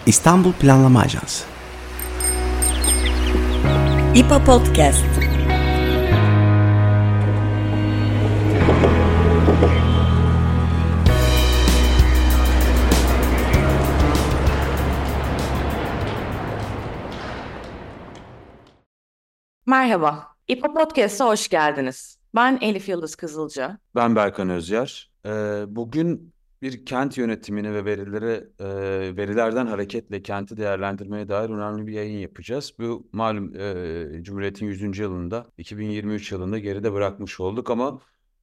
İstanbul Planlama Ajansı. İPA Podcast. Merhaba, İPA Podcast'a hoş geldiniz. Ben Elif Yıldız Kızılca. Ben Berkan Özyer. Bugün bir kent yönetimini ve verilerden hareketle kenti değerlendirmeye dair önemli bir yayın yapacağız. Bu malum Cumhuriyet'in 100. yılında, 2023 yılında geride bırakmış olduk ama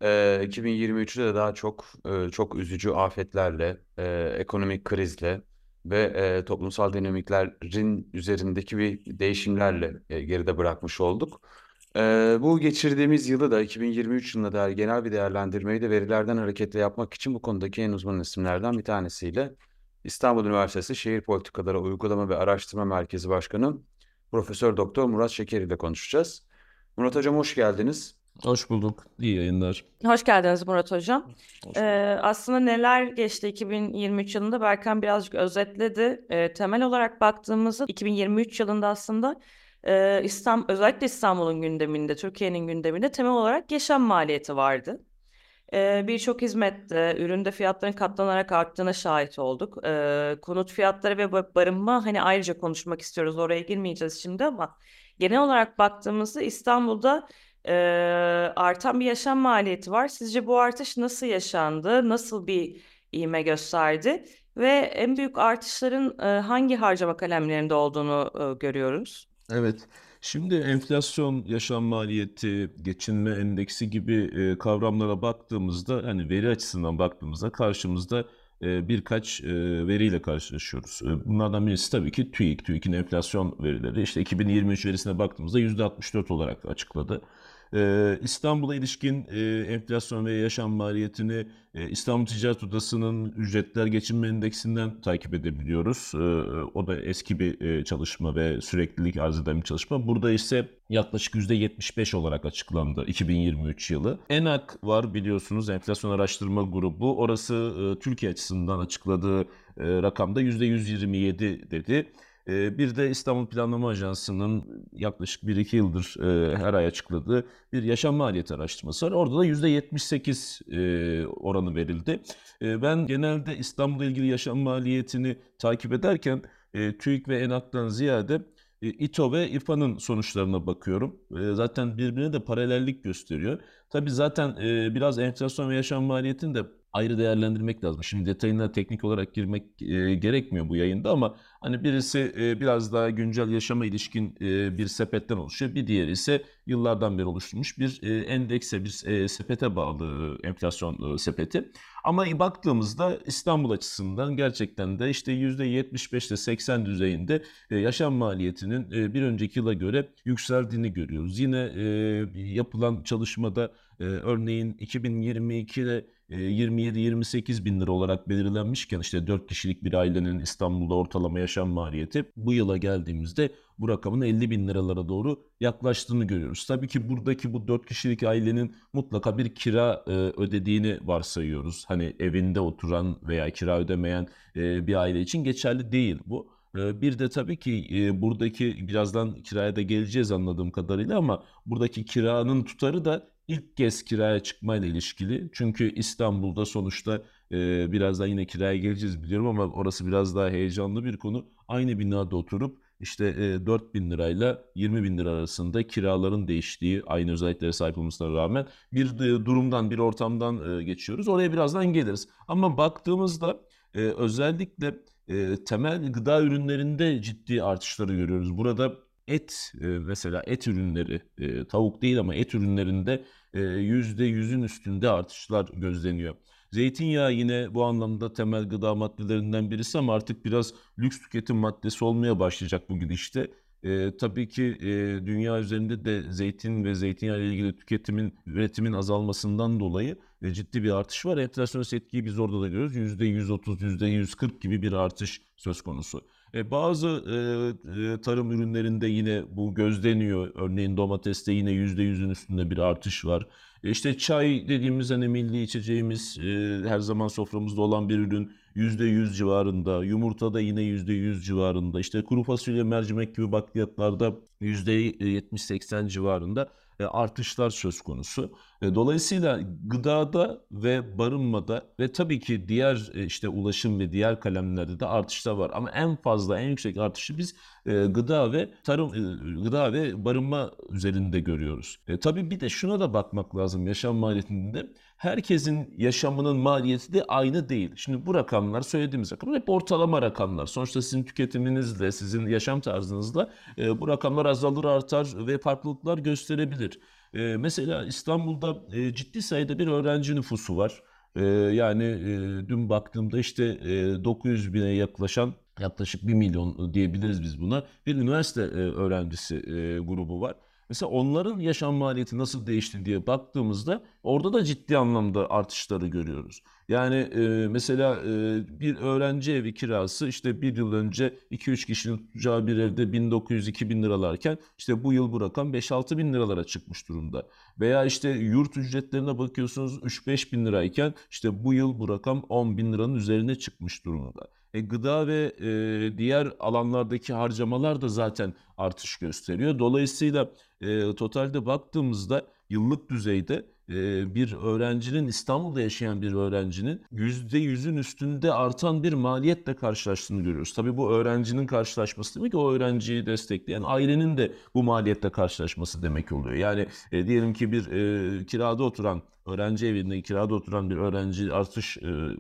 2023'te de daha çok üzücü afetlerle, ekonomik krizle ve toplumsal dinamiklerin üzerindeki bir değişimlerle geride bırakmış olduk. Bu geçirdiğimiz yılı da 2023 yılına dair genel bir değerlendirmeyi de verilerden hareketle yapmak için bu konudaki en uzman isimlerden bir tanesiyle İstanbul Üniversitesi Şehir Politikaları Uygulama ve Araştırma Merkezi Başkanı Profesör Doktor Murat Şeker ile konuşacağız. Murat Hocam hoş geldiniz. Hoş bulduk. İyi yayınlar. Hoş geldiniz Murat Hocam. Hoş bulduk. Aslında neler geçti 2023 yılında Berkan birazcık özetledi. Temel olarak baktığımızda 2023 yılında aslında özellikle İstanbul'un gündeminde, Türkiye'nin gündeminde temel olarak yaşam maliyeti vardı. Birçok hizmette, üründe fiyatların katlanarak arttığına şahit olduk. Konut fiyatları ve barınma hani ayrıca konuşmak istiyoruz. Oraya girmeyeceğiz şimdi ama genel olarak baktığımızda İstanbul'da artan bir yaşam maliyeti var. Sizce bu artış nasıl yaşandı? Nasıl bir ivme gösterdi? Ve en büyük artışların hangi harcama kalemlerinde olduğunu görüyoruz? Evet. Şimdi enflasyon, yaşam maliyeti, geçinme endeksi gibi kavramlara baktığımızda, hani veri açısından baktığımızda karşımızda birkaç veriyle karşılaşıyoruz. Bunlardan birisi tabii ki TÜİK. TÜİK'in enflasyon verileri. İşte 2023 verisine baktığımızda %64 olarak açıkladı. İstanbul'a ilişkin enflasyon ve yaşam maliyetini İstanbul Ticaret Odası'nın ücretler geçinme endeksinden takip edebiliyoruz. O da eski bir çalışma ve süreklilik arz eden bir çalışma. Burada ise yaklaşık %75 olarak açıklandı 2023 yılı. ENAK var biliyorsunuz, enflasyon araştırma grubu. Orası Türkiye açısından açıkladığı rakamda %127 dedi. Bir de İstanbul Planlama Ajansı'nın yaklaşık 1-2 yıldır her ay açıkladığı bir yaşam maliyeti araştırması var. Orada da %78 oranı verildi. Ben genelde İstanbul'la ilgili yaşam maliyetini takip ederken TÜİK ve ENAK'tan ziyade İTO ve İFA'nın sonuçlarına bakıyorum. Zaten birbirine de paralellik gösteriyor. Tabii zaten biraz enflasyon ve yaşam maliyetini de ayrı değerlendirmek lazım. Şimdi detayına teknik olarak girmek gerekmiyor bu yayında ama hani birisi biraz daha güncel yaşama ilişkin bir sepetten oluşuyor. Bir diğeri ise yıllardan beri oluşturmuş bir endekse, bir sepete bağlı enflasyon sepeti. Ama baktığımızda İstanbul açısından gerçekten de işte %75 ile 80 düzeyinde yaşam maliyetinin bir önceki yıla göre yükseldiğini görüyoruz. Yine yapılan çalışmada örneğin 2022'de 27-28 bin lira olarak belirlenmişken işte 4 kişilik bir ailenin İstanbul'da ortalama yaşam maliyeti bu yıla geldiğimizde bu rakamın 50 bin liralara doğru yaklaştığını görüyoruz. Tabii ki buradaki bu 4 kişilik ailenin mutlaka bir kira ödediğini varsayıyoruz. Hani evinde oturan veya kira ödemeyen bir aile için geçerli değil bu. Bir de tabii ki buradaki birazdan kiraya da geleceğiz anladığım kadarıyla ama buradaki kiranın tutarı da ilk kez kiraya çıkmayla ilişkili. Çünkü İstanbul'da sonuçta birazdan yine kiraya geleceğiz biliyorum ama orası biraz daha heyecanlı bir konu. Aynı binada oturup işte 4 bin lirayla 20 bin lira arasında kiraların değiştiği, aynı özelliklere sahip olmasına rağmen bir durumdan, bir ortamdan geçiyoruz. Oraya birazdan geliriz. Ama baktığımızda özellikle temel gıda ürünlerinde ciddi artışları görüyoruz. Burada mesela et ürünleri, tavuk değil ama et ürünlerinde %100'ün üstünde artışlar gözleniyor. Zeytinyağı yine bu anlamda temel gıda maddelerinden birisi ama artık biraz lüks tüketim maddesi olmaya başlayacak bu gidişte. Tabii ki dünya üzerinde de zeytin ve zeytinyağı ile ilgili üretimin azalmasından dolayı ciddi bir artış var. Enflasyonist etkiyi biz orada da görüyoruz. %130, %140 gibi bir artış söz konusu. Bazı tarım ürünlerinde yine bu gözleniyor. Örneğin domateste yine %100'ün üstünde bir artış var. İşte çay dediğimiz hani milli içeceğimiz her zaman soframızda olan bir ürün. %100 civarında, yumurtada yine %100 civarında, işte kuru fasulye, mercimek gibi bakliyatlarda %70-80 civarında artışlar söz konusu. Dolayısıyla gıdada ve barınmada ve tabii ki diğer işte ulaşım ve diğer kalemlerde de artışlar var. Ama en fazla, en yüksek artışı biz gıda ve tarım, gıda ve barınma üzerinde görüyoruz. Tabii bir de şuna da bakmak lazım yaşam maliyetinde. Herkesin yaşamının maliyeti de aynı değil. Şimdi bu rakamlar, söylediğimiz rakamlar hep ortalama rakamlar. Sonuçta sizin tüketiminizle, sizin yaşam tarzınızla bu rakamlar azalır, artar ve farklılıklar gösterebilir. Mesela İstanbul'da ciddi sayıda bir öğrenci nüfusu var. Yani dün baktığımda işte 900 bine yaklaşan, yaklaşık 1 milyon diyebiliriz biz buna, bir üniversite öğrencisi grubu var. Mesela onların yaşam maliyeti nasıl değişti diye baktığımızda orada da ciddi anlamda artışları görüyoruz. Yani mesela bir öğrenci evi kirası işte bir yıl önce 2-3 kişinin tutacağı bir evde 1900-2000 liralarken işte bu yıl bu rakam 5-6 bin liralara çıkmış durumda. Veya işte yurt ücretlerine bakıyorsunuz 3-5 bin lirayken işte bu yıl bu rakam 10 bin liranın üzerine çıkmış durumda. Gıda ve diğer alanlardaki harcamalar da zaten artış gösteriyor. Dolayısıyla totalde baktığımızda yıllık düzeyde bir öğrencinin, İstanbul'da yaşayan bir öğrencinin %100'ün üstünde artan bir maliyetle karşılaştığını görüyoruz. Tabii bu öğrencinin karşılaşması demek ki o öğrenciyi destekleyen ailenin de bu maliyetle karşılaşması demek oluyor. Yani diyelim ki bir kirada oturan, öğrenci evinde kirada oturan bir öğrenci artış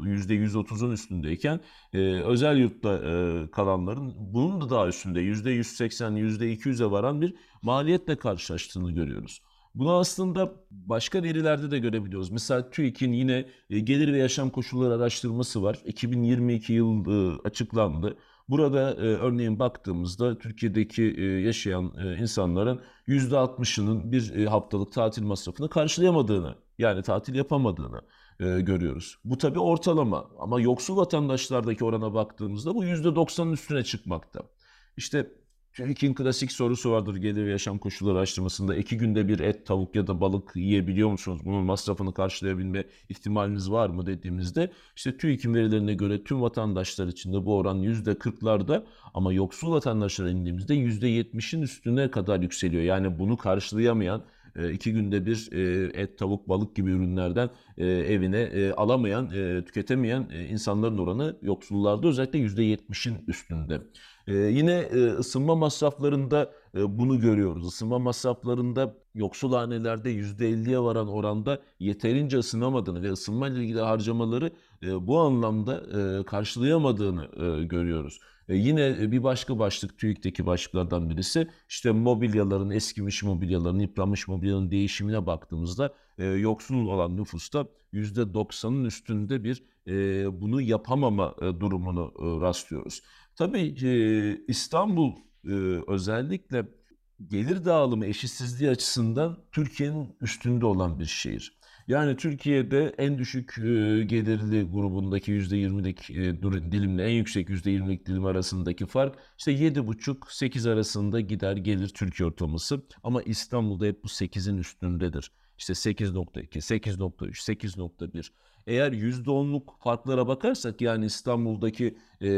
%130'un üstündeyken özel yurtta kalanların bunun da daha üstünde %180, %200'e varan bir maliyetle karşılaştığını görüyoruz. Bunu aslında başka verilerde de görebiliyoruz. Mesela TÜİK'in yine gelir ve yaşam koşulları araştırması var. 2022 yıl açıklandı. Burada örneğin baktığımızda Türkiye'deki yaşayan insanların %60'ının bir haftalık tatil masrafını karşılayamadığını, yani tatil yapamadığını görüyoruz. Bu tabii ortalama ama yoksul vatandaşlardaki orana baktığımızda bu %90'ın üstüne çıkmakta. İşte TÜİK'in klasik sorusu vardır gelir ve yaşam koşulları araştırmasında. 2 günde bir et, tavuk ya da balık yiyebiliyor musunuz? Bunun masrafını karşılayabilme ihtimaliniz var mı dediğimizde işte TÜİK'in verilerine göre tüm vatandaşlar için de bu oran %40'larda ama yoksul vatandaşlara indiğimizde %70'in üstüne kadar yükseliyor. Yani bunu karşılayamayan 2 günde bir et, tavuk, balık gibi ürünlerden evine alamayan, tüketemeyen insanların oranı yoksullarda özellikle %70'in üstünde. Yine ısınma masraflarında bunu görüyoruz. Isınma masraflarında yoksul hanelerde %50'ye varan oranda yeterince ısınamadığını ve ısınma ile ilgili harcamaları bu anlamda karşılayamadığını görüyoruz. Yine bir başka başlık TÜİK'teki başlıklardan birisi işte mobilyaların, eskimiş mobilyaların, yıpranmış mobilyaların değişimine baktığımızda yoksul olan nüfusta %90'ın üstünde bir bunu yapamama durumunu rastlıyoruz. Tabii İstanbul özellikle gelir dağılımı eşitsizliği açısından Türkiye'nin üstünde olan bir şehir. Yani Türkiye'de en düşük gelirli grubundaki %20'lik dilimle en yüksek %20'lik dilim arasındaki fark işte 7,5-8 arasında gider gelir Türkiye ortalaması. Ama İstanbul'da hep bu 8'in üstündedir. İşte 8,2, 8,3, 8,1. Eğer %10'luk farklara bakarsak yani İstanbul'daki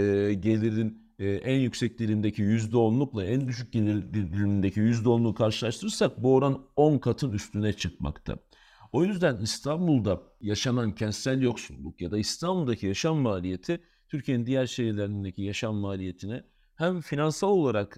gelirin en yüksek dilimdeki %10'lukla en düşük gelir dilimindeki %10'luğu karşılaştırırsak bu oran 10 katın üstüne çıkmakta. O yüzden İstanbul'da yaşanan kentsel yoksulluk ya da İstanbul'daki yaşam maliyeti Türkiye'nin diğer şehirlerindeki yaşam maliyetine hem finansal olarak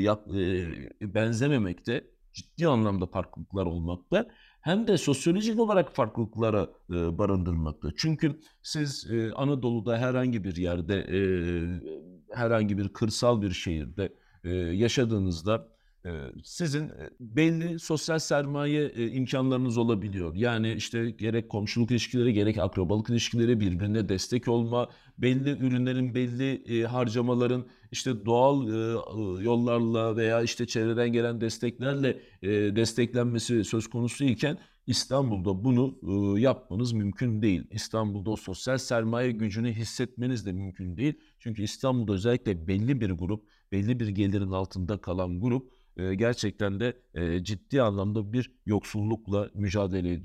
benzememekte, ciddi anlamda farklılıklar olmakta hem de sosyolojik olarak farklılıklara barındırmakta. Çünkü siz Anadolu'da herhangi bir yerde, herhangi bir kırsal bir şehirde yaşadığınızda sizin belli sosyal sermaye imkanlarınız olabiliyor. Yani işte gerek komşuluk ilişkileri, gerek akrabalık ilişkileri, birbirine destek olma, belli ürünlerin, belli harcamaların işte doğal yollarla veya işte çevreden gelen desteklerle desteklenmesi söz konusu iken İstanbul'da bunu yapmanız mümkün değil. İstanbul'da o sosyal sermaye gücünü hissetmeniz de mümkün değil. Çünkü İstanbul'da özellikle belli bir grup, belli bir gelirin altında kalan grup gerçekten de ciddi anlamda bir yoksullukla mücadele ediyor.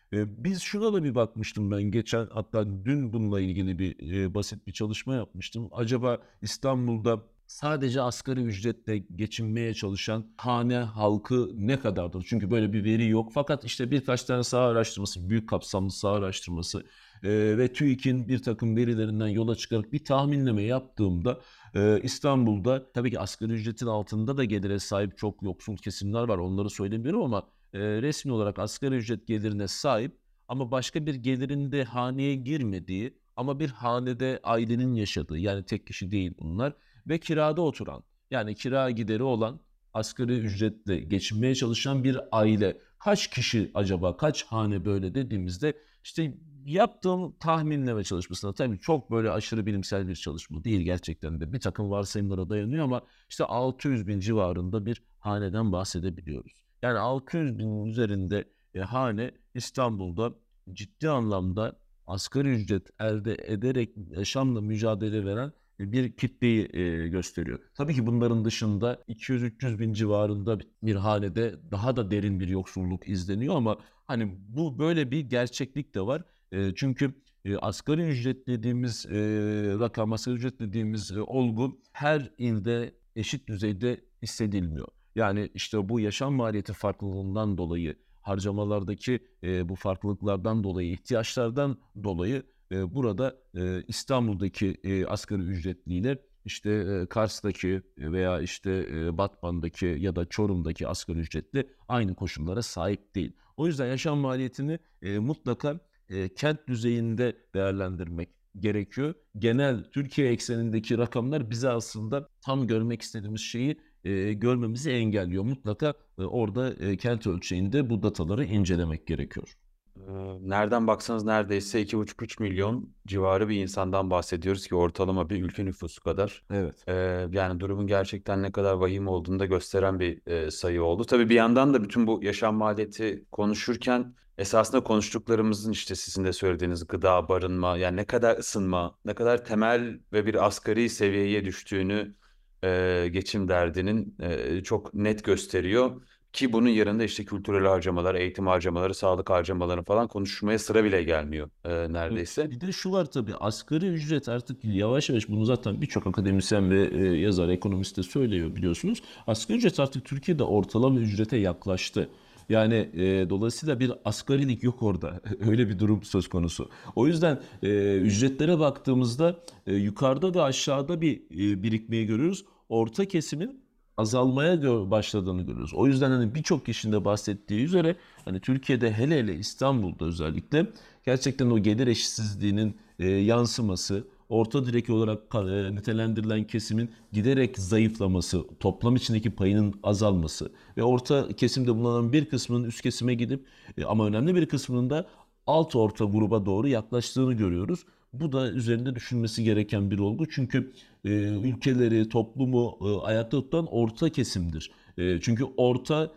Biz şuna da bir bakmıştım ben geçen, hatta dün bununla ilgili basit bir çalışma yapmıştım. Acaba İstanbul'da sadece asgari ücretle geçinmeye çalışan hane halkı ne kadardır? Çünkü böyle bir veri yok. Fakat işte birkaç tane saha araştırması, büyük kapsamlı saha araştırması ve TÜİK'in bir takım verilerinden yola çıkarak bir tahminleme yaptığımda İstanbul'da tabii ki asgari ücretin altında da gelire sahip çok yoksul kesimler var. Onları söylemiyorum ama resmi olarak asgari ücret gelirine sahip ama başka bir gelirin de haneye girmediği ama bir hanede ailenin yaşadığı, yani tek kişi değil bunlar, ve kirada oturan, yani kira gideri olan, asgari ücretle geçinmeye çalışan bir aile kaç kişi acaba, kaç hane böyle dediğimizde, işte yaptığım tahminleme çalışmasına, tabii çok böyle aşırı bilimsel bir çalışma değil, gerçekten de bir takım varsayımlara dayanıyor ama işte 600 bin civarında bir haneden bahsedebiliyoruz. Yani 600 binin üzerinde hane İstanbul'da ciddi anlamda asgari ücret elde ederek yaşamla mücadele veren bir kitleyi gösteriyor. Tabii ki bunların dışında 200-300 bin civarında bir hanede daha da derin bir yoksulluk izleniyor ama hani bu böyle bir gerçeklik de var. Çünkü asgari ücret dediğimiz rakam, asgari ücret dediğimiz olgu her ilde eşit düzeyde hissedilmiyor. Yani işte bu yaşam maliyeti farklılığından dolayı, harcamalardaki bu farklılıklardan dolayı, ihtiyaçlardan dolayı burada İstanbul'daki asgari ücretliyle işte Kars'taki veya işte Batman'daki ya da Çorum'daki asgari ücretli aynı koşullara sahip değil. O yüzden yaşam maliyetini mutlaka kent düzeyinde değerlendirmek gerekiyor. Genel Türkiye eksenindeki rakamlar bize aslında tam görmek istediğimiz şeyi görmemizi engelliyor. Mutlaka orada kent ölçeğinde bu dataları incelemek gerekiyor. Nereden baksanız neredeyse 2,5-3 milyon civarı bir insandan bahsediyoruz ki ortalama bir ülke nüfusu kadar. Evet. Yani durumun gerçekten ne kadar vahim olduğunu da gösteren bir sayı oldu. Tabii bir yandan da bütün bu yaşam maliyeti konuşurken esasında konuştuklarımızın işte sizin de söylediğiniz gıda, barınma, yani ne kadar ısınma, ne kadar temel ve bir asgari seviyeye düştüğünü geçim derdinin çok net gösteriyor. Ki bunun yanında işte kültürel harcamalar, eğitim harcamaları, sağlık harcamaları falan konuşmaya sıra bile gelmiyor neredeyse. Bir de şu var tabii, asgari ücret artık yavaş yavaş, bunu zaten birçok akademisyen ve yazar, ekonomist de söylüyor biliyorsunuz. Asgari ücret artık Türkiye'de ortalama ücrete yaklaştı. Yani dolayısıyla bir asgarilik yok orada. Öyle bir durum söz konusu. O yüzden ücretlere baktığımızda yukarıda ve aşağıda bir birikmeyi görüyoruz. Orta kesimin azalmaya başladığını görüyoruz. O yüzden hani birçok kişinin de bahsettiği üzere hani Türkiye'de, hele hele İstanbul'da özellikle, gerçekten o gelir eşitsizliğinin yansıması, orta direk olarak nitelendirilen kesimin giderek zayıflaması, toplam içindeki payının azalması ve orta kesimde bulunan bir kısmının üst kesime gidip ama önemli bir kısmının da alt orta gruba doğru yaklaştığını görüyoruz. Bu da üzerinde düşünmesi gereken bir olgu. Çünkü ülkeleri, toplumu ayakta tutan orta kesimdir. Çünkü orta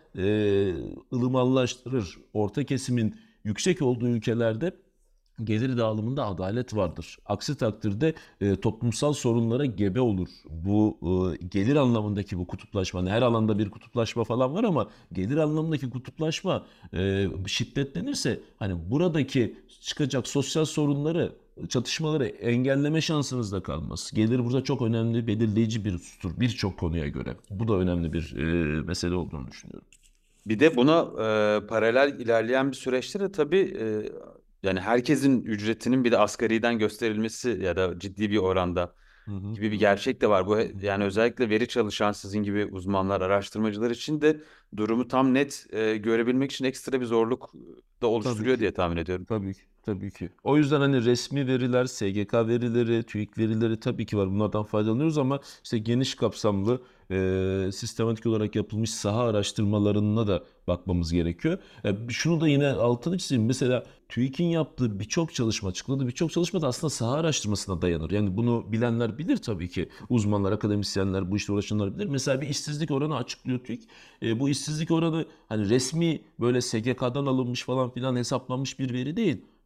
ılımallaştırır. Orta kesimin yüksek olduğu ülkelerde gelir dağılımında adalet vardır. Aksi takdirde toplumsal sorunlara gebe olur. Bu gelir anlamındaki bu kutuplaşma, hani her alanda bir kutuplaşma falan var ama gelir anlamındaki kutuplaşma şiddetlenirse hani buradaki çıkacak sosyal sorunları, çatışmaları engelleme şansınız da kalmaz. Gelir burada çok önemli, belirleyici bir unsurdur birçok konuya göre. Bu da önemli bir mesele olduğunu düşünüyorum. Bir de buna paralel ilerleyen bir süreçte de tabii yani herkesin ücretinin bir de asgariden gösterilmesi ya da ciddi bir oranda gibi bir gerçek de var. Bu yani özellikle veri çalışan sizin gibi uzmanlar, araştırmacılar için de durumu tam net görebilmek için ekstra bir zorluk da oluşturuyor ki. diye tahmin ediyorum. Tabii ki, tabii ki. O yüzden hani resmi veriler, SGK verileri, TÜİK verileri tabii ki var. Bunlardan faydalanıyoruz ama işte geniş kapsamlı, sistematik olarak yapılmış saha araştırmalarına da bakmamız gerekiyor. Şunu da yine altını çizeyim. Mesela TÜİK'in yaptığı birçok çalışma, açıkladığı birçok çalışma da aslında saha araştırmasına dayanır. Yani bunu bilenler bilir tabii ki. Uzmanlar, akademisyenler, bu işle uğraşanlar bilir. Mesela bir işsizlik oranı açıklıyor TÜİK. Bu işsizlik oranı hani resmi böyle SGK'dan alınmış falan filan hesaplanmış bir veri değil.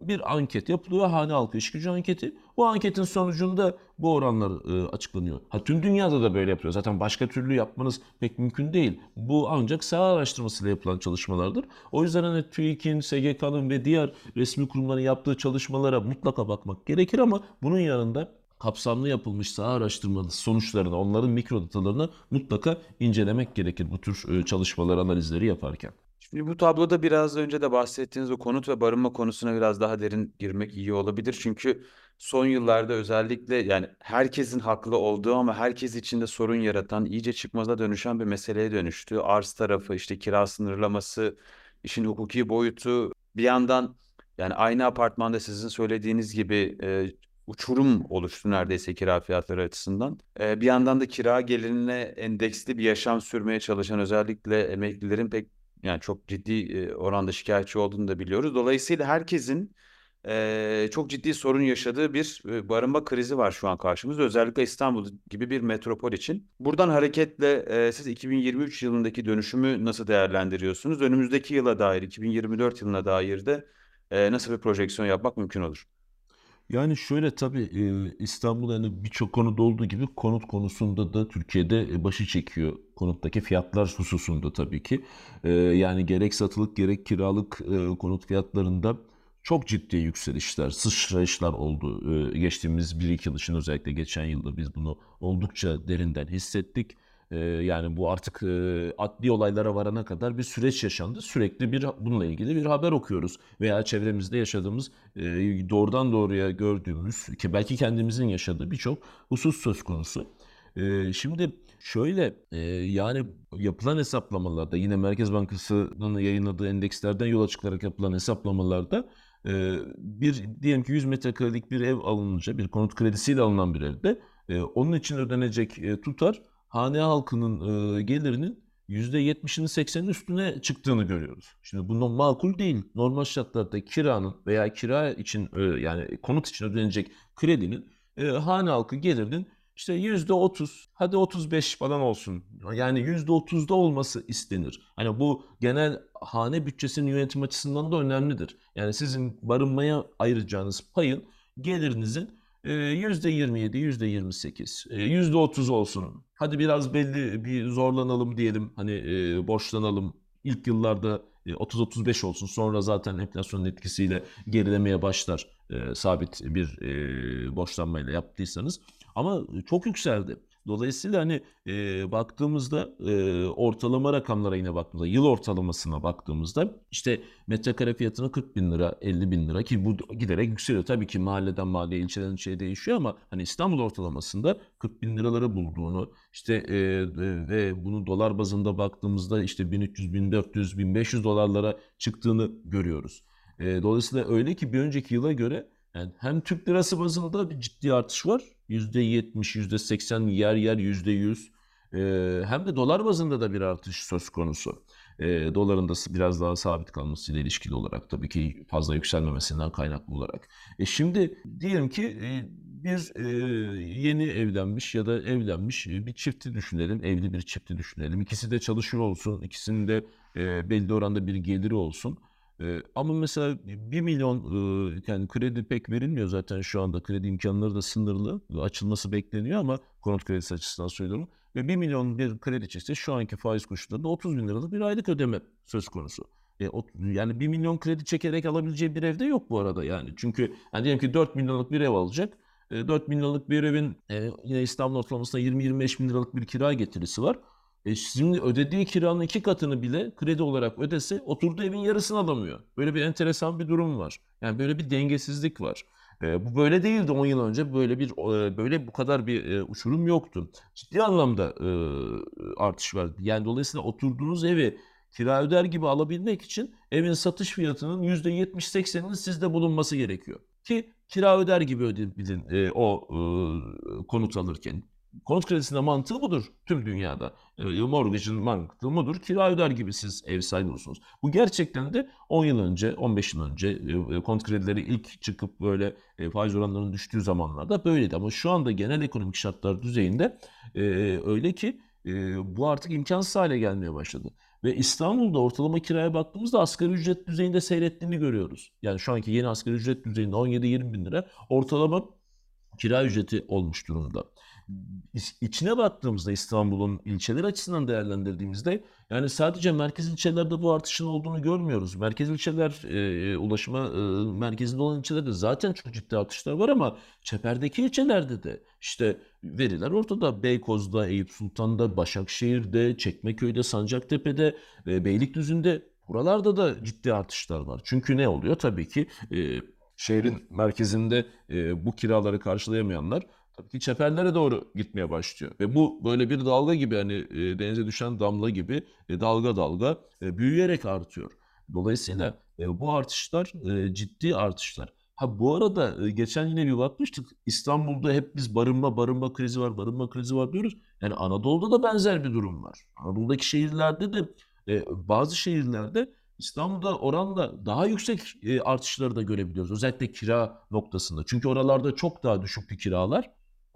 bir anket yapılıyor. Hane halkı iş gücü anketi. Bu anketin sonucunda bu oranlar açıklanıyor. Tüm dünyada da böyle yapıyor. Zaten başka türlü yapmanız pek mümkün değil. Bu ancak saha araştırmasıyla yapılan çalışmalardır. O yüzden hani TÜİK'in, SGK'nın ve diğer resmi kurumların yaptığı çalışmalara mutlaka bakmak gerekir ama bunun yanında kapsamlı yapılmış saha araştırmaları sonuçlarını, onların mikro datalarını mutlaka incelemek gerekir bu tür çalışmalar, analizleri yaparken. Şimdi bu tabloda biraz önce de bahsettiğiniz o konut ve barınma konusuna biraz daha derin girmek iyi olabilir. Çünkü son yıllarda özellikle yani herkesin haklı olduğu ama herkes için de sorun yaratan, iyice çıkmaza dönüşen bir meseleye dönüştü. Arz tarafı, işte kira sınırlaması, işin hukuki boyutu, bir yandan yani aynı apartmanda sizin söylediğiniz gibi uçurum oluştu neredeyse kira fiyatları açısından. Bir yandan da kira gelirine endeksli bir yaşam sürmeye çalışan özellikle emeklilerin pek yani çok ciddi oranda şikayetçi olduğunu da biliyoruz. Dolayısıyla herkesin çok ciddi sorun yaşadığı bir barınma krizi var şu an karşımızda. Özellikle İstanbul gibi bir metropol için. Buradan hareketle siz 2023 yılındaki dönüşümü nasıl değerlendiriyorsunuz? Önümüzdeki yıla dair, 2024 yılına dair de nasıl bir projeksiyon yapmak mümkün olur? Yani şöyle tabii İstanbul yani birçok konuda olduğu gibi konut konusunda da Türkiye'de başı çekiyor. Konuttaki fiyatlar hususunda tabii ki. Yani gerek satılık gerek kiralık konut fiyatlarında çok ciddi yükselişler, sıçrayışlar oldu. Geçtiğimiz 1-2 yıl için özellikle geçen yılda biz bunu oldukça derinden hissettik. Yani bu artık adli olaylara varana kadar bir süreç yaşandı. Sürekli bununla ilgili bir haber okuyoruz. Veya çevremizde yaşadığımız, doğrudan doğruya gördüğümüz, ki belki kendimizin yaşadığı birçok husus söz konusu. Şimdi şöyle yani yapılan hesaplamalarda yine Merkez Bankası'nın yayınladığı endekslerden yola çıkarak yapılan hesaplamalarda diyelim ki 100 metrekarelik bir ev alınınca, bir konut kredisiyle alınan bir evde onun için ödenecek tutar hane halkının gelirinin %70'inin 80'inin üstüne çıktığını görüyoruz. Şimdi bu makul değil. Normal şartlarda kiranın veya kira için yani konut için ödenecek kredinin hane halkı gelirinin işte %30, hadi 35 falan olsun. Yani %30'da olması istenir. Hani bu genel hane bütçesinin yönetim açısından da önemlidir. Yani sizin barınmaya ayıracağınız payın gelirinizin %27, %28, %30 olsun. Hadi biraz belli bir zorlanalım diyelim. Hani borçlanalım. İlk yıllarda 30-35 olsun. Sonra zaten enflasyonun etkisiyle gerilemeye başlar. Sabit bir borçlanmayla yaptıysanız. Ama çok yükseldi. Dolayısıyla hani baktığımızda ortalama rakamlara yine baktığımızda, yıl ortalamasına baktığımızda işte metrekare fiyatına 40 bin lira, 50 bin lira, ki bu giderek yükseliyor. Tabii ki mahalleden mahalleye, ilçeden ilçeye değişiyor ama hani İstanbul ortalamasında 40 bin liraları bulduğunu, işte ve bunu dolar bazında baktığımızda işte 1300, 1400, 1500 dolarlara çıktığını görüyoruz. Dolayısıyla öyle ki bir önceki yıla göre yani hem Türk lirası bazında bir ciddi artış var. %70, %80, yer yer %100. Hem de dolar bazında da bir artış söz konusu. Doların da biraz daha sabit kalmasıyla ilişkili olarak, tabii ki fazla yükselmemesinden kaynaklı olarak. Şimdi diyelim ki yeni evlenmiş ya da evlenmiş bir çifti düşünelim, evli bir çifti düşünelim. İkisi de çalışıyor olsun, ikisinin de belli oranda bir geliri olsun. Ama mesela 1 milyon yani kredi pek verilmiyor zaten, şu anda kredi imkanları da sınırlı, açılması bekleniyor ama konut kredisi açısından söylüyorum. Ve 1 milyon bir kredi çekse şu anki faiz koşullarında 30 bin liralık bir aylık ödeme söz konusu. Yani 1 milyon kredi çekerek alabileceği bir evde yok bu arada yani. Çünkü yani diyelim ki 4 milyonluk bir ev alacak. 4 milyonluk bir evin yine İstanbul ortalamasında 20-25 bin liralık bir kira getirisi var. Şimdi ödediği kiranın 2 katını bile kredi olarak ödese oturduğu evin yarısını alamıyor. Böyle bir enteresan bir durum var. Yani böyle bir dengesizlik var. Bu böyle değildi 10 yıl önce. Böyle bu kadar bir uçurum yoktu. Ciddi anlamda artış var. Yani dolayısıyla oturduğunuz evi kira öder gibi alabilmek için evin satış fiyatının %70-80'inin sizde bulunması gerekiyor. Ki kira öder gibi ödeyebilin o konut alırken. Konut kredisinde mantığı budur tüm dünyada. Mortgage'ın mantığı budur. Kira öder gibi siz ev sahibi olursunuz. Bu gerçekten de 10 yıl önce, 15 yıl önce konut kredileri ilk çıkıp böyle faiz oranlarının düştüğü zamanlarda böyleydi. Ama şu anda genel ekonomik şartlar düzeyinde öyle ki bu artık imkansız hale gelmeye başladı. Ve İstanbul'da ortalama kiraya baktığımızda asgari ücret düzeyinde seyrettiğini görüyoruz. Yani şu anki yeni asgari ücret düzeyinde 17-20 bin lira ortalama kira ücreti olmuş durumda. İçine baktığımızda İstanbul'un ilçeler açısından değerlendirdiğimizde yani sadece merkez ilçelerde bu artışın olduğunu görmüyoruz. Merkez ilçeler ulaşıma merkezinde olan ilçelerde zaten çok ciddi artışlar var ama çeperdeki ilçelerde de işte veriler ortada. Beykoz'da, Eyüp Sultan'da, Başakşehir'de, Çekmeköy'de, Sancaktepe'de, Beylikdüzü'nde buralarda da ciddi artışlar var. Çünkü ne oluyor? Tabii ki şehrin merkezinde bu kiraları karşılayamayanlar tabii ki çeperlere doğru gitmeye başlıyor. Ve bu böyle bir dalga gibi hani denize düşen damla gibi dalga dalga büyüyerek artıyor. Dolayısıyla bu artışlar ciddi artışlar. Ha bu arada geçen yine bir bakmıştık. İstanbul'da hep biz barınma krizi var, barınma krizi var diyoruz. Yani Anadolu'da da benzer bir durum var. Anadolu'daki şehirlerde de bazı şehirlerde İstanbul'da oranla daha yüksek artışları da görebiliyoruz. Özellikle kira noktasında. Çünkü oralarda çok daha düşüktü kiralar.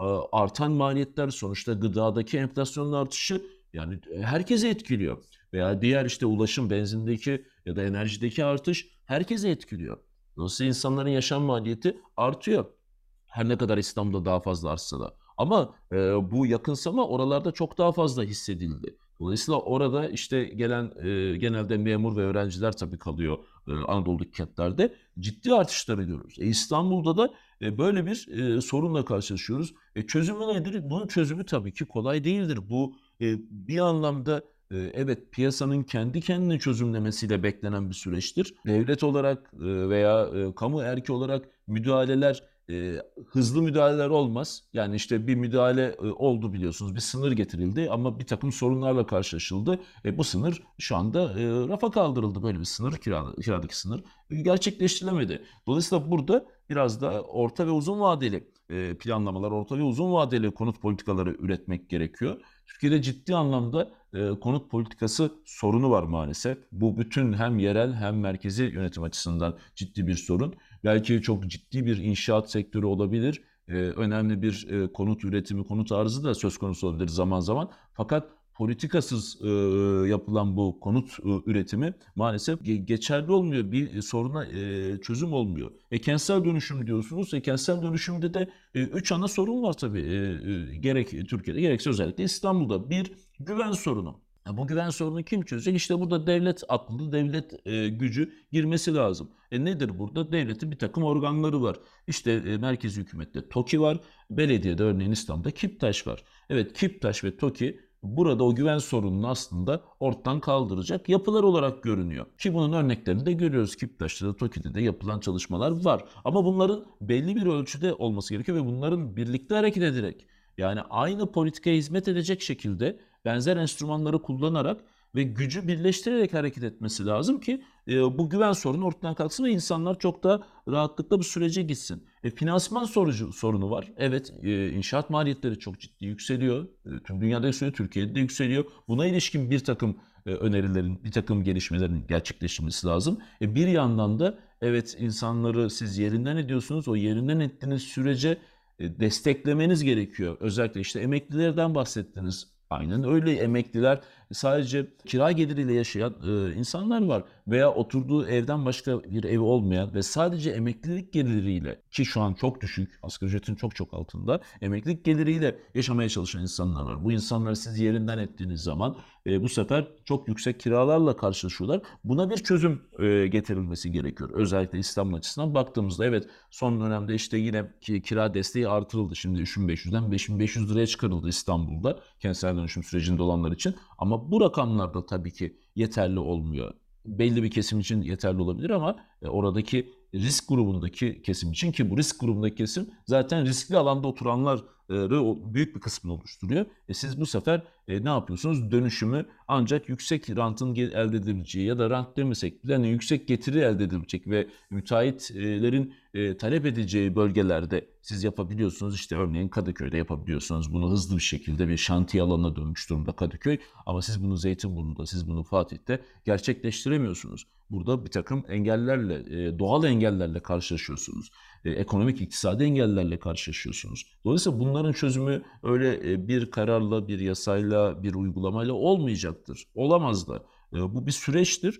Artan maliyetler sonuçta gıdadaki enflasyonun artışı yani herkese etkiliyor. Veya diğer işte ulaşım, benzindeki ya da enerjideki artış herkese etkiliyor. Dolayısıyla insanların yaşam maliyeti artıyor. Her ne kadar İstanbul'da daha fazla artsa da. Ama bu yakınsama oralarda çok daha fazla hissedildi. Dolayısıyla orada işte gelen genelde memur ve öğrenciler tabii kalıyor Anadolu'daki kentlerde. Ciddi artışları görüyoruz. İstanbul'da da böyle bir sorunla karşılaşıyoruz. Çözümü nedir? Bunun çözümü tabii ki kolay değildir. Bu bir anlamda evet piyasanın kendi kendini çözümlemesiyle beklenen bir süreçtir. Devlet olarak veya kamu erki olarak müdahaleler hızlı müdahaleler olmaz. Yani işte bir müdahale oldu biliyorsunuz. Bir sınır getirildi ama bir takım sorunlarla karşılaşıldı. Bu sınır şu anda rafa kaldırıldı. Böyle bir sınır, kiradaki sınır gerçekleştirilemedi. Dolayısıyla burada biraz da orta ve uzun vadeli planlamalar, orta ve uzun vadeli konut politikaları üretmek gerekiyor. Türkiye'de ciddi anlamda konut politikası sorunu var maalesef. Bu bütün hem yerel hem merkezi yönetim açısından ciddi bir sorun. Belki çok ciddi bir inşaat sektörü olabilir. Önemli bir konut üretimi, konut arzı da söz konusu olabilir zaman zaman. Fakat politikasız yapılan bu konut üretimi maalesef geçerli olmuyor. Bir soruna çözüm olmuyor. Kentsel dönüşüm diyorsunuz. Kentsel dönüşümde de 3 ana sorun var tabii. Gerek Türkiye'de gerekse özellikle İstanbul'da. Bir, güven sorunu. Bu güven sorunu kim çözecek? İşte burada devlet aklı, devlet gücü girmesi lazım. Nedir burada? Devletin bir takım organları var. İşte merkezi hükümette TOKİ var. Belediyede örneğin İstanbul'da KİPTAŞ var. Evet, KİPTAŞ ve TOKİ burada o güven sorununu aslında ortadan kaldıracak yapılar olarak görünüyor. Ki bunun örneklerini de görüyoruz. KİPTAŞ'ta da TOKİ'de de yapılan çalışmalar var. Ama bunların belli bir ölçüde olması gerekiyor ve bunların birlikte hareket ederek yani aynı politikaya hizmet edecek şekilde benzer enstrümanları kullanarak ve gücü birleştirerek hareket etmesi lazım ki bu güven sorunu ortadan kalksın ve insanlar çok da rahatlıkla bu sürece gitsin. Finansman sorunu var. Evet, inşaat maliyetleri çok ciddi yükseliyor. Tüm dünyada yükseliyor, Türkiye'de de yükseliyor. Buna ilişkin bir takım önerilerin, bir takım gelişmelerin gerçekleştirilmesi lazım. Bir yandan da evet insanları siz yerinden ediyorsunuz. O yerinden ettiğiniz sürece desteklemeniz gerekiyor. Özellikle işte emeklilerden bahsettiniz. Aynen öyle, emekliler sadece kira geliriyle yaşayan insanlar var veya oturduğu evden başka bir evi olmayan ve sadece emeklilik geliriyle ki şu an çok düşük, asgari ücretin çok çok altında emeklilik geliriyle yaşamaya çalışan insanlar var. Bu insanları siz yerinden ettiğiniz zaman bu sefer çok yüksek kiralarla karşılaşıyorlar. Buna bir çözüm getirilmesi gerekiyor. Özellikle İstanbul açısından baktığımızda evet son dönemde işte yine kira desteği artırıldı. Şimdi 3.500'den 5.500 liraya çıkarıldı İstanbul'da kentsel dönüşüm sürecinde olanlar için. Ama bu rakamlar da tabii ki yeterli olmuyor. Belli bir kesim için yeterli olabilir ama oradaki risk grubundaki kesim için ki bu risk grubundaki kesim zaten riskli alanda oturanları büyük bir kısmını oluşturuyor. Siz bu sefer ne yapıyorsunuz? Dönüşümü ancak yüksek rantın elde edilebileceği ya da rant demesek yani yüksek getiri elde edilecek ve müteahhitlerin talep edeceği bölgelerde siz yapabiliyorsunuz. İşte örneğin Kadıköy'de yapabiliyorsunuz. Bunu hızlı bir şekilde bir şantiye alanına dönmüş durumda Kadıköy. Ama siz bunu Zeytinburnu'da, siz bunu Fatih'te gerçekleştiremiyorsunuz. Burada bir takım engellerle, doğal engellerle karşılaşıyorsunuz. Ekonomik, iktisadi engellerle karşılaşıyorsunuz. Dolayısıyla bunların çözümü öyle bir kararla, bir yasayla, bir uygulamayla olmayacaktır. Olamaz da. Bu bir süreçtir.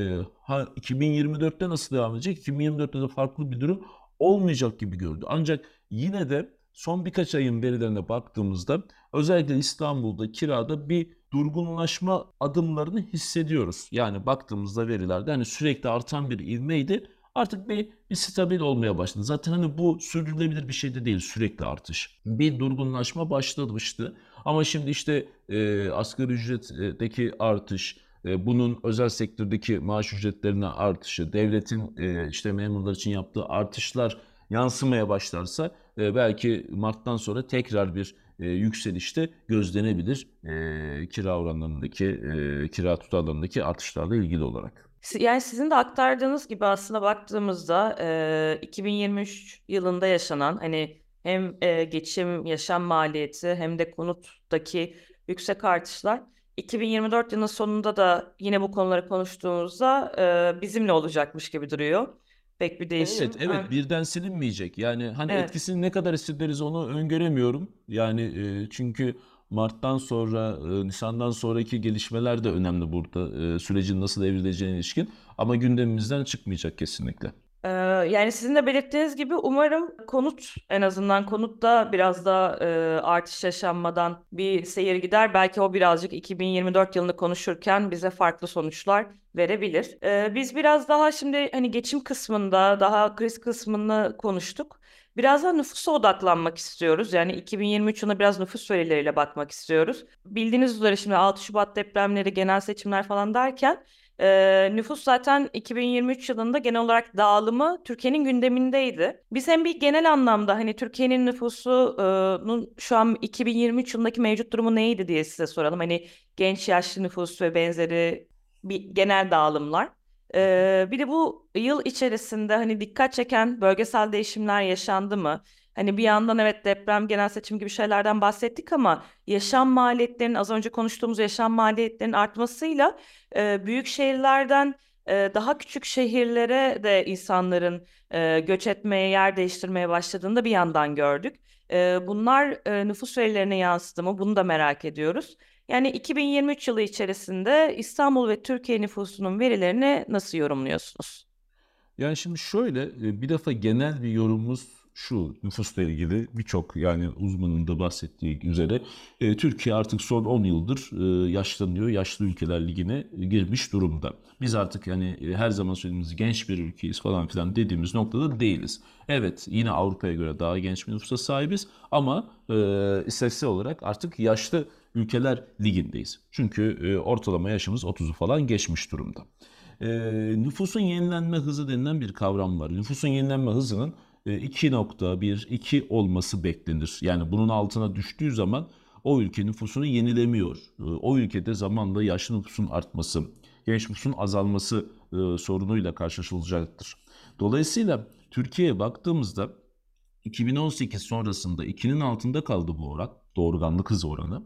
2024'te nasıl devam edecek? 2024'te de farklı bir durum olmayacak gibi gördü. Ancak yine de son birkaç ayın verilerine baktığımızda özellikle İstanbul'da kirada bir durgunlaşma adımlarını hissediyoruz. Yani baktığımızda verilerde hani sürekli artan bir ivmeydi. Artık bir stabil olmaya başladı. Zaten hani bu sürdürülebilir bir şey de değil, sürekli artış. Bir durgunlaşma başlamıştı. Ama şimdi işte asgari ücretteki artış, bunun özel sektördeki maaş ücretlerine artışı, devletin işte memurlar için yaptığı artışlar yansımaya başlarsa belki Mart'tan sonra tekrar bir yükselişte gözlenebilir kira oranlarındaki, kira tutarlarındaki artışlarla ilgili olarak. Yani sizin de aktardığınız gibi aslında baktığımızda 2023 yılında yaşanan hani hem geçim, yaşam maliyeti hem de konuttaki yüksek artışlar 2024 yılının sonunda da yine bu konuları konuştuğumuzda bizimle olacakmış gibi duruyor. Pek bir değişim. Evet, birden silinmeyecek. Yani hani Evet. etkisini ne kadar hissederiz onu öngöremiyorum. Yani çünkü Mart'tan sonra, Nisan'dan sonraki gelişmeler de önemli burada. Sürecin nasıl evrileceğine ilişkin. Ama gündemimizden çıkmayacak kesinlikle. Yani sizin de belirttiğiniz gibi umarım en azından konutta biraz da artış yaşanmadan bir seyir gider. Belki o birazcık 2024 yılını konuşurken bize farklı sonuçlar verebilir. Biz biraz daha şimdi hani geçim kısmında, daha kriz kısmını konuştuk. Biraz da nüfusa odaklanmak istiyoruz. Yani 2023 yılına biraz nüfus verileriyle bakmak istiyoruz. Bildiğiniz üzere şimdi 6 Şubat depremleri, genel seçimler falan derken nüfus zaten 2023 yılında genel olarak dağılımı Türkiye'nin gündemindeydi. Biz hem bir genel anlamda hani Türkiye'nin nüfusunun şu an 2023 yılındaki mevcut durumu neydi diye size soralım. Hani genç yaşlı nüfus ve benzeri bir genel dağılımlar. Bir de bu yıl içerisinde hani dikkat çeken bölgesel değişimler yaşandı mı? Hani bir yandan evet deprem, genel seçim gibi şeylerden bahsettik ama yaşam maliyetlerinin az önce konuştuğumuz yaşam maliyetlerinin artmasıyla büyük şehirlerden daha küçük şehirlere de insanların göç etmeye, yer değiştirmeye başladığını da bir yandan gördük. Bunlar nüfus verilerine yansıdı mı? Bunu da merak ediyoruz. Yani 2023 yılı içerisinde İstanbul ve Türkiye nüfusunun verilerini nasıl yorumluyorsunuz? Yani şimdi şöyle bir defa genel bir yorumumuz şu nüfusla ilgili birçok yani uzmanın da bahsettiği üzere Türkiye artık son 10 yıldır yaşlanıyor. Yaşlı ülkeler ligine girmiş durumda. Biz artık yani her zaman söylediğimiz genç bir ülkeyiz falan filan dediğimiz noktada değiliz. Evet yine Avrupa'ya göre daha genç bir nüfusa sahibiz ama istatistiksel olarak artık yaşlı ülkeler ligindeyiz. Çünkü ortalama yaşımız 30'u falan geçmiş durumda. Nüfusun yenilenme hızı denilen bir kavram var. Nüfusun yenilenme hızının 2,1-2 olması beklenir. Yani bunun altına düştüğü zaman o ülke nüfusunu yenilemiyor. O ülkede zamanla yaşlı nüfusun artması, genç nüfusun azalması sorunuyla karşılaşılacaktır. Dolayısıyla Türkiye'ye baktığımızda 2018 sonrasında 2'nin altında kaldı bu oran, doğurganlık hızı oranı.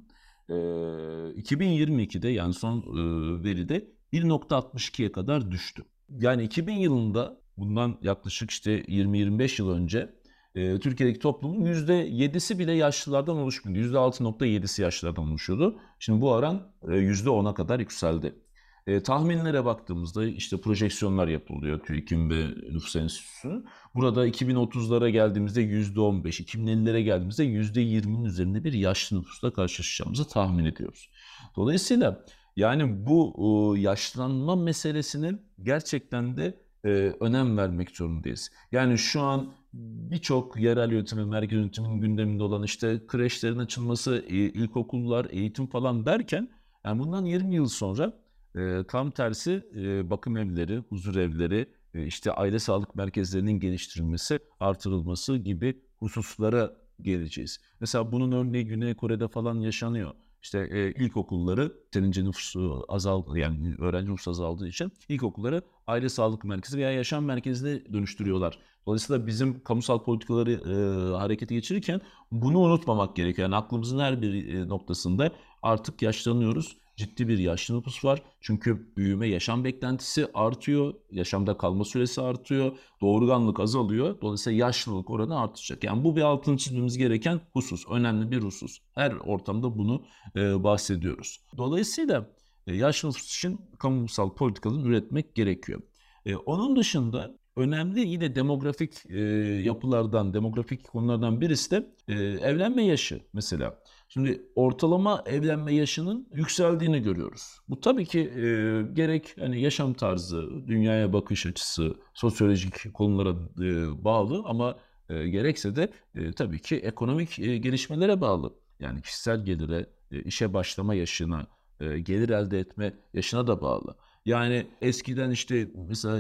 2022'de yani son veride 1,62'ye kadar düştü. Yani 2000 yılında bundan yaklaşık işte 20-25 yıl önce Türkiye'deki toplumun %7'si bile yaşlılardan oluşmuyordu. %6,7'si yaşlılardan oluşuyordu. Şimdi bu oran %10'a kadar yükseldi. Tahminlere baktığımızda işte projeksiyonlar yapılıyor TÜİK'in ve Nüfus Enstitüsü'nün. Burada 2030'lara geldiğimizde %15, 2050'lere geldiğimizde %20'nin üzerinde bir yaşlı nüfusla karşılaşacağımızı tahmin ediyoruz. Dolayısıyla yani bu yaşlanma meselesine gerçekten de önem vermek zorundayız. Yani şu an birçok yerel yönetimin, merkez yönetimin gündeminde olan işte kreşlerin açılması, ilkokullar, eğitim falan derken yani bundan 20 yıl sonra tam tersi bakım evleri, huzur evleri, işte aile sağlık merkezlerinin geliştirilmesi, artırılması gibi hususlara geleceğiz. Mesela bunun örneği Güney Kore'de falan yaşanıyor. İşte ilkokulları yeterince nüfusu azaldı yani öğrenci nüfusu azaldığı için ilkokulları aile sağlık merkezi veya yaşam merkezine dönüştürüyorlar. Dolayısıyla bizim kamusal politikaları harekete geçirirken bunu unutmamak gerekiyor. Yani aklımızın her bir noktasında artık yaşlanıyoruz. Ciddi bir yaşlı nüfus var. Çünkü büyüme, yaşam beklentisi artıyor. Yaşamda kalma süresi artıyor. Doğurganlık azalıyor. Dolayısıyla yaşlılık oranı artacak. Yani bu bir altını çizmemiz gereken husus. Önemli bir husus. Her ortamda bunu bahsediyoruz. Dolayısıyla yaş nüfus için kamusal politikalar üretmek gerekiyor. Onun dışında önemli yine demografik yapılardan, demografik konulardan birisi de evlenme yaşı mesela. Şimdi ortalama evlenme yaşının yükseldiğini görüyoruz. Bu tabii ki gerek hani yaşam tarzı, dünyaya bakış açısı, sosyolojik konulara bağlı ama gerekse de tabii ki ekonomik gelişmelere bağlı. Yani kişisel gelire, işe başlama yaşına, gelir elde etme yaşına da bağlı. Yani eskiden işte mesela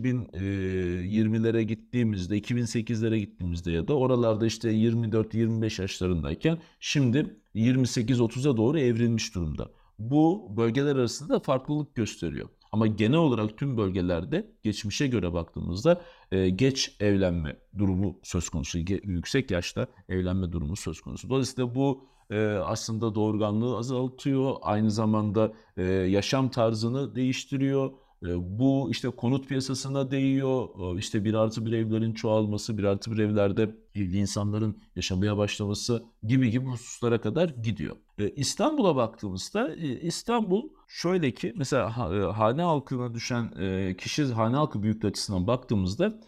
2020'lere gittiğimizde, 2008'lere gittiğimizde ya da oralarda işte 24-25 yaşlarındayken şimdi 28-30'a doğru evrilmiş durumda. Bu bölgeler arasında da farklılık gösteriyor. Ama genel olarak tüm bölgelerde geçmişe göre baktığımızda geç evlenme durumu söz konusu. Yüksek yaşta evlenme durumu söz konusu. Dolayısıyla bu aslında doğurganlığı azaltıyor. Aynı zamanda yaşam tarzını değiştiriyor. Bu işte konut piyasasına değiyor. İşte 1+1 evlerin çoğalması, 1+1 evlerde evli insanların yaşamaya başlaması gibi hususlara kadar gidiyor. İstanbul'a baktığımızda İstanbul şöyle ki mesela hane halkına düşen hane halkı büyüklüğü açısından baktığımızda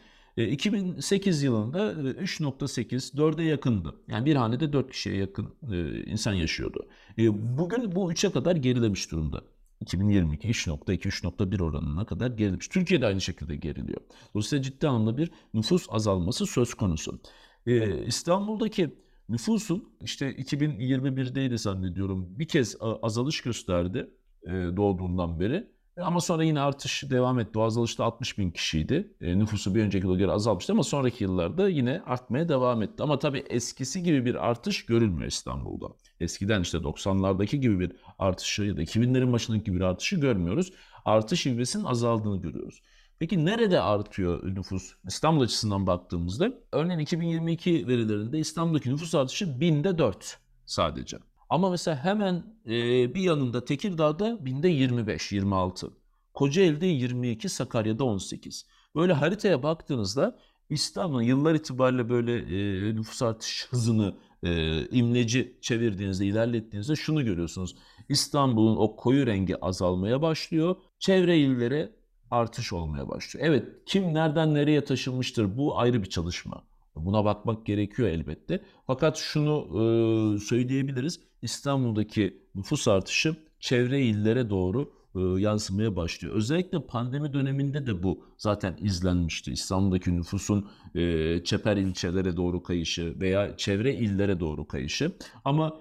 2008 yılında 3.8, 4'e yakındı. Yani bir hanede 4 kişiye yakın insan yaşıyordu. Bugün bu 3'e kadar gerilemiş durumda. 2022 3.2, 3.1 oranına kadar gerilemiş. Türkiye'de aynı şekilde geriliyor. Dolayısıyla ciddi anlamda bir nüfus azalması söz konusu. İstanbul'daki nüfusun işte 2021'deydi zannediyorum bir kez azalış gösterdi doğduğundan beri. Ama sonra yine artış devam etti. O azalışta 60.000 kişiydi. Nüfusu bir önceki yıla göre azalmıştı ama sonraki yıllarda yine artmaya devam etti. Ama tabii eskisi gibi bir artış görülmüyor İstanbul'da. Eskiden işte 90'lardaki gibi bir artışı ya da 2000'lerin başındaki gibi bir artışı görmüyoruz. Artış ivmesinin azaldığını görüyoruz. Peki nerede artıyor nüfus? İstanbul açısından baktığımızda örneğin 2022 verilerinde İstanbul'daki nüfus artışı 1000'de 4 sadece. Ama mesela hemen bir yanında Tekirdağ'da 1000'de 25, 26. Kocaeli'de 22, Sakarya'da 18. Böyle haritaya baktığınızda İstanbul'un yıllar itibariyle böyle nüfus artış hızını imleci çevirdiğinizde, ilerlettiğinizde şunu görüyorsunuz. İstanbul'un o koyu rengi azalmaya başlıyor. Çevre illere artış olmaya başlıyor. Evet, kim nereden nereye taşınmıştır bu ayrı bir çalışma. Buna bakmak gerekiyor elbette. Fakat şunu söyleyebiliriz. İstanbul'daki nüfus artışı çevre illere doğru yansımaya başlıyor. Özellikle pandemi döneminde de bu zaten izlenmişti. İstanbul'daki nüfusun çeper ilçelere doğru kayışı veya çevre illere doğru kayışı. Ama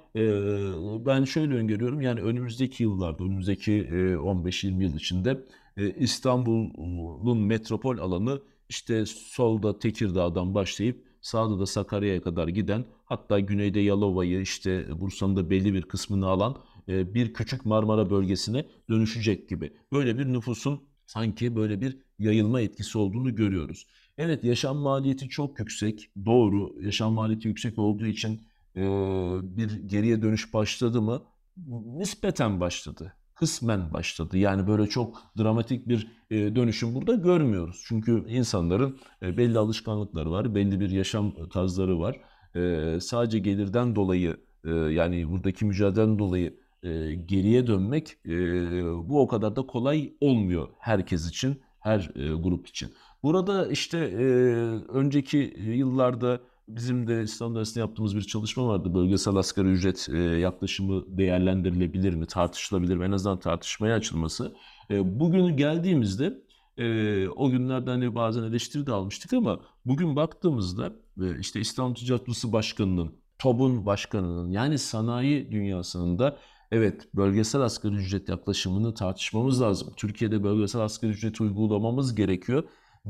ben şöyle öngörüyorum. Yani önümüzdeki yıllarda, önümüzdeki 15-20 yıl içinde İstanbul'un metropol alanı işte solda Tekirdağ'dan başlayıp sağda da Sakarya'ya kadar giden, hatta güneyde Yalova'yı, işte Bursa'nın da belli bir kısmını alan bir küçük Marmara bölgesine dönüşecek gibi. Böyle bir nüfusun sanki böyle bir yayılma etkisi olduğunu görüyoruz. Evet, yaşam maliyeti çok yüksek. Doğru, yaşam maliyeti yüksek olduğu için bir geriye dönüş başladı mı? Nispeten başladı. Kısmen başladı. Yani böyle çok dramatik bir dönüşüm burada görmüyoruz. Çünkü insanların belli alışkanlıkları var, belli bir yaşam tarzları var. Sadece gelirden dolayı yani buradaki mücadeleden dolayı geriye dönmek bu o kadar da kolay olmuyor herkes için, her grup için. Burada işte önceki yıllarda bizim de İstanbul Üniversitesi'nde yaptığımız bir çalışma vardı. Bölgesel asgari ücret yaklaşımı değerlendirilebilir mi, tartışılabilir mi? En azından tartışmaya açılması. Bugün geldiğimizde o günlerde hani bazen eleştiri de almıştık ama bugün baktığımızda işte İstanbul Ticaret Odası Başkanı'nın, TOB'un başkanının, yani sanayi dünyasının da evet, bölgesel asgari ücret yaklaşımını tartışmamız lazım. Türkiye'de bölgesel asgari ücreti uygulamamız gerekiyor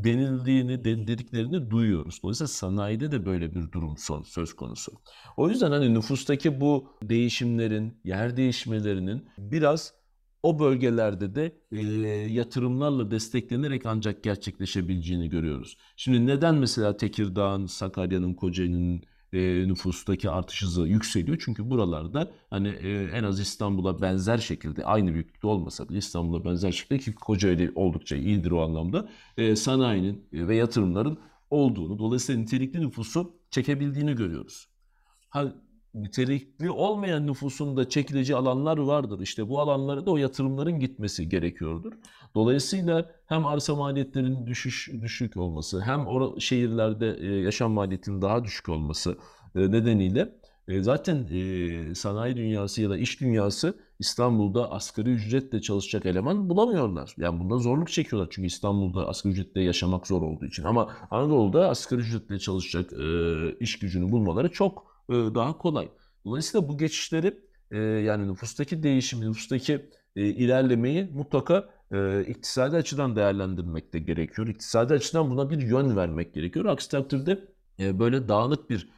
dediklerini duyuyoruz. Dolayısıyla sanayide de böyle bir durum söz konusu. O yüzden hani nüfustaki bu değişimlerin, yer değişmelerinin biraz o bölgelerde de yatırımlarla desteklenerek ancak gerçekleşebileceğini görüyoruz. Şimdi neden mesela Tekirdağ'ın, Sakarya'nın, Kocaeli'nin nüfustaki artış hızı yükseliyor? Çünkü buralarda hani en az İstanbul'a benzer şekilde, aynı büyüklükte olmasa bile İstanbul'a benzer şekilde, ki Kocaeli oldukça iyidir o anlamda, sanayinin ve yatırımların olduğunu, dolayısıyla nitelikli nüfusu çekebildiğini görüyoruz. nitelikli olmayan nüfusun da çekileceği alanlar vardır. İşte bu alanlara da o yatırımların gitmesi gerekiyordur. Dolayısıyla hem arsa maliyetlerinin düşük olması, hem şehirlerde yaşam maliyetinin daha düşük olması nedeniyle zaten sanayi dünyası ya da iş dünyası İstanbul'da asgari ücretle çalışacak eleman bulamıyorlar. Yani bunda zorluk çekiyorlar. Çünkü İstanbul'da asgari ücretle yaşamak zor olduğu için. Ama Anadolu'da asgari ücretle çalışacak iş gücünü bulmaları çok daha kolay. Dolayısıyla bu geçişleri yani nüfustaki değişimi, nüfustaki ilerlemeyi mutlaka iktisadi açıdan değerlendirmek de gerekiyor. İktisadi açıdan buna bir yön vermek gerekiyor. Aksi takdirde böyle dağınık bir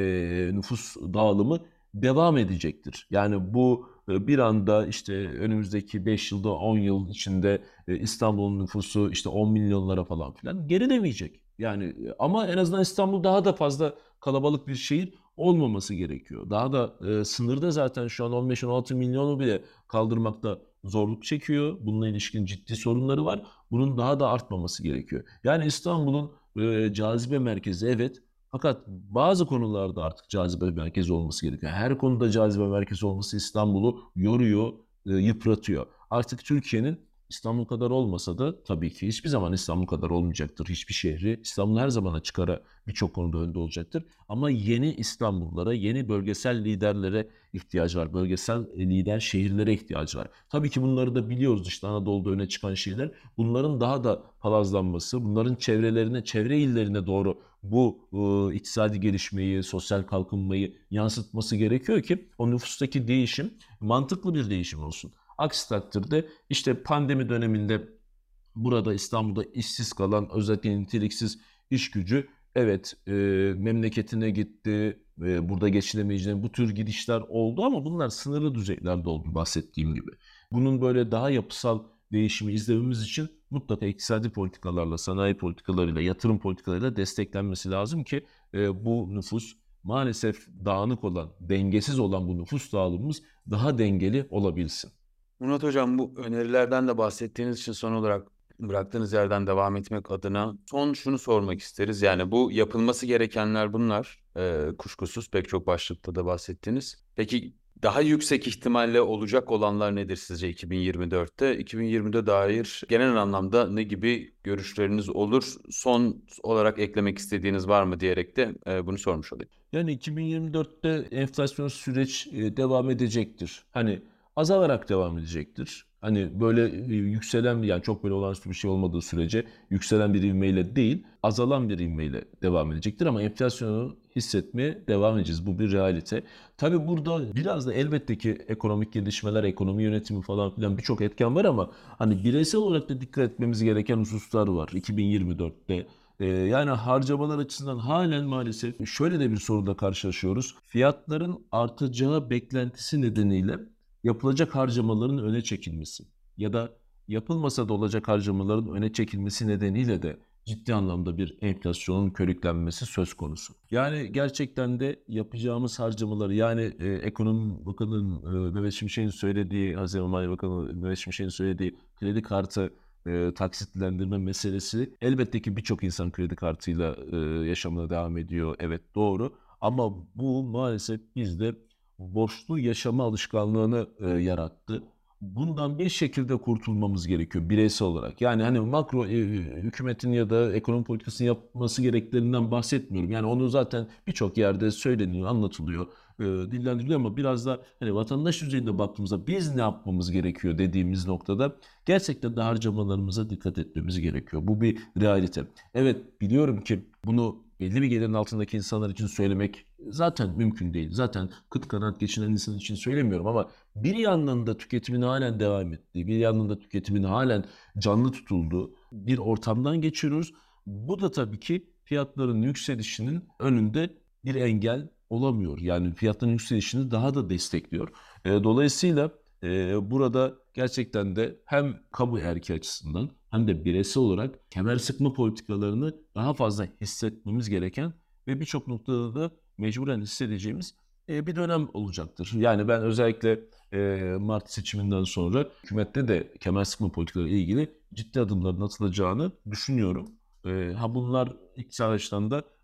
nüfus dağılımı devam edecektir. Yani bu bir anda işte önümüzdeki 5 yılda 10 yıl içinde İstanbul'un nüfusu işte 10 milyonlara falan filan gerilemeyecek. Yani ama en azından İstanbul daha da fazla kalabalık bir şehir olmaması gerekiyor. Daha da sınırda zaten şu an 15-16 milyonu bile kaldırmakta zorluk çekiyor. Bununla ilişkin ciddi sorunları var. Bunun daha da artmaması gerekiyor. Yani İstanbul'un cazibe merkezi evet. Fakat bazı konularda artık cazibe merkezi olması gerekiyor. Her konuda cazibe merkezi olması İstanbul'u yoruyor, yıpratıyor. Artık Türkiye'nin İstanbul kadar olmasa da tabii ki hiçbir zaman İstanbul kadar olmayacaktır hiçbir şehri. İstanbul her zaman açık ara birçok konuda önde olacaktır. Ama yeni İstanbullulara, yeni bölgesel liderlere ihtiyaç var. Bölgesel lider şehirlere ihtiyaç var. Tabii ki bunları da biliyoruz işte Anadolu'da öne çıkan şehirler. Bunların daha da palazlanması, bunların çevrelerine, çevre illerine doğru bu iktisadi gelişmeyi, sosyal kalkınmayı yansıtması gerekiyor ki o nüfustaki değişim mantıklı bir değişim olsun. Aksi takdirde işte pandemi döneminde burada İstanbul'da işsiz kalan özellikle niteliksiz iş gücü evet memleketine gitti, burada geçinemeyeceğine bu tür gidişler oldu ama bunlar sınırlı düzeylerde oldu bahsettiğim gibi. Bunun böyle daha yapısal değişimi izlememiz için mutlaka iktisadi politikalarla, sanayi politikalarıyla, yatırım politikalarıyla desteklenmesi lazım ki bu nüfus maalesef dağınık olan, dengesiz olan bu nüfus dağılımımız daha dengeli olabilsin. Murat Hocam, bu önerilerden de bahsettiğiniz için son olarak bıraktığınız yerden devam etmek adına son şunu sormak isteriz. Yani bu yapılması gerekenler bunlar. Kuşkusuz pek çok başlıkta da bahsettiniz. Peki daha yüksek ihtimalle olacak olanlar nedir sizce 2024'te? 2024'e dair genel anlamda ne gibi görüşleriniz olur? Son olarak eklemek istediğiniz var mı diyerek de bunu sormuş olayım. Yani 2024'te enflasyon süreç devam edecektir. Hani azalarak devam edecektir. Hani böyle yükselen yani çok böyle olağanüstü bir şey olmadığı sürece yükselen bir ivmeyle değil azalan bir ivmeyle devam edecektir ama enflasyonu hissetmeye devam edeceğiz. Bu bir realite. Tabii burada biraz da elbette ki ekonomik gelişmeler, ekonomi yönetimi falan filan birçok etken var ama hani bireysel olarak da dikkat etmemiz gereken hususlar var 2024'te. Yani harcamalar açısından halen maalesef şöyle de bir sorunla karşılaşıyoruz. Fiyatların artacağı beklentisi nedeniyle yapılacak harcamaların öne çekilmesi ya da yapılmasa da olacak harcamaların öne çekilmesi nedeniyle de ciddi anlamda bir enflasyonun körüklenmesi söz konusu. Yani gerçekten de yapacağımız harcamaları yani Ekonomi Bakanı Mehmet Şimşek'in söylediği, Hazine Maliye Bakanı Mehmet Şimşek'in söylediği kredi kartı taksitlendirme meselesi elbette ki birçok insan kredi kartıyla yaşamına devam ediyor. Evet doğru ama bu maalesef bizde borçlu yaşama alışkanlığını yarattı. Bundan bir şekilde kurtulmamız gerekiyor bireysel olarak. Yani hani makro hükümetin ya da ekonomi politikasını yapması gereklerinden bahsetmiyorum. Yani onu zaten birçok yerde söyleniyor, anlatılıyor, dillendiriliyor ama biraz da hani vatandaş düzeyinde baktığımızda biz ne yapmamız gerekiyor dediğimiz noktada gerçekten de harcamalarımıza dikkat etmemiz gerekiyor. Bu bir realite. Evet biliyorum ki bunu belli bir gelirin altındaki insanlar için söylemek zaten mümkün değil. Zaten kıt kanaat geçinen insan için söylemiyorum ama bir yandan da tüketimin halen devam ettiği, bir yandan da tüketimin halen canlı tutulduğu bir ortamdan geçiyoruz. Bu da tabii ki fiyatların yükselişinin önünde bir engel olamıyor. Yani fiyatların yükselişini daha da destekliyor. Dolayısıyla burada gerçekten de hem kamu erki açısından hem de bireysel olarak kemer sıkma politikalarını daha fazla hissetmemiz gereken ve birçok noktada da mecburen hissedeceğimiz bir dönem olacaktır. Yani ben özellikle Mart seçiminden sonra hükümette de kemer sıkma politikaları ile ilgili ciddi adımların atılacağını düşünüyorum. Bunlar iktisadi açıdan da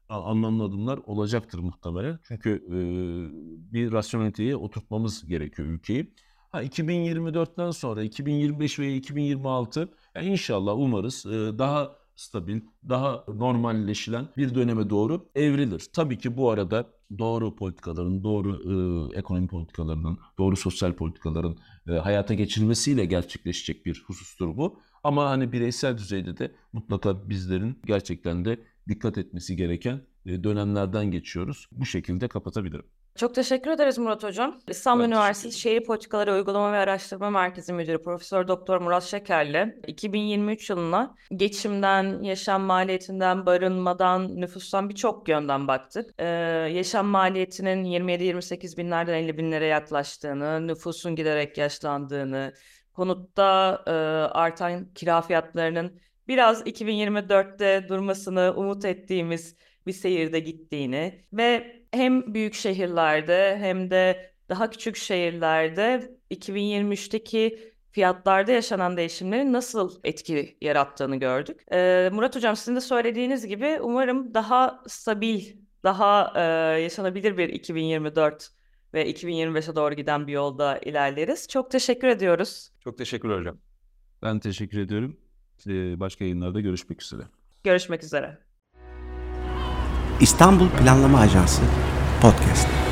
anlamlı adımlar olacaktır muhtemelen. Çünkü bir rasyoneliteye oturtmamız gerekiyor ülkeyi. 2024'ten sonra 2025 ve 2026 yani inşallah umarız daha stabil, daha normalleşilen bir döneme doğru evrilir. Tabii ki bu arada doğru politikaların, doğru ekonomi politikalarının, doğru sosyal politikaların hayata geçirilmesiyle gerçekleşecek bir husustur bu. Ama hani bireysel düzeyde de mutlaka bizlerin gerçekten de dikkat etmesi gereken dönemlerden geçiyoruz. Bu şekilde kapatabilirim. Çok teşekkür ederiz Murat Hocam. İstanbul Ben Üniversitesi Şehir Politikaları Uygulama ve Araştırma Merkezi Müdürü Profesör Doktor Murat Şeker'le 2023 yılına geçimden, yaşam maliyetinden, barınmadan, nüfustan birçok yönden baktık. Yaşam maliyetinin 27-28 binlerden 50 binlere yaklaştığını, nüfusun giderek yaşlandığını, konutta artan kira fiyatlarının biraz 2024'te durmasını umut ettiğimiz bir seyirde gittiğini ve hem büyük şehirlerde hem de daha küçük şehirlerde 2023'teki fiyatlarda yaşanan değişimlerin nasıl etki yarattığını gördük. Murat Hocam, sizin de söylediğiniz gibi umarım daha stabil, daha yaşanabilir bir 2024 ve 2025'e doğru giden bir yolda ilerleriz. Çok teşekkür ediyoruz. Çok teşekkürler hocam. Ben teşekkür ediyorum. Başka yayınlarda görüşmek üzere. Görüşmek üzere. İstanbul Planlama Ajansı Podcast.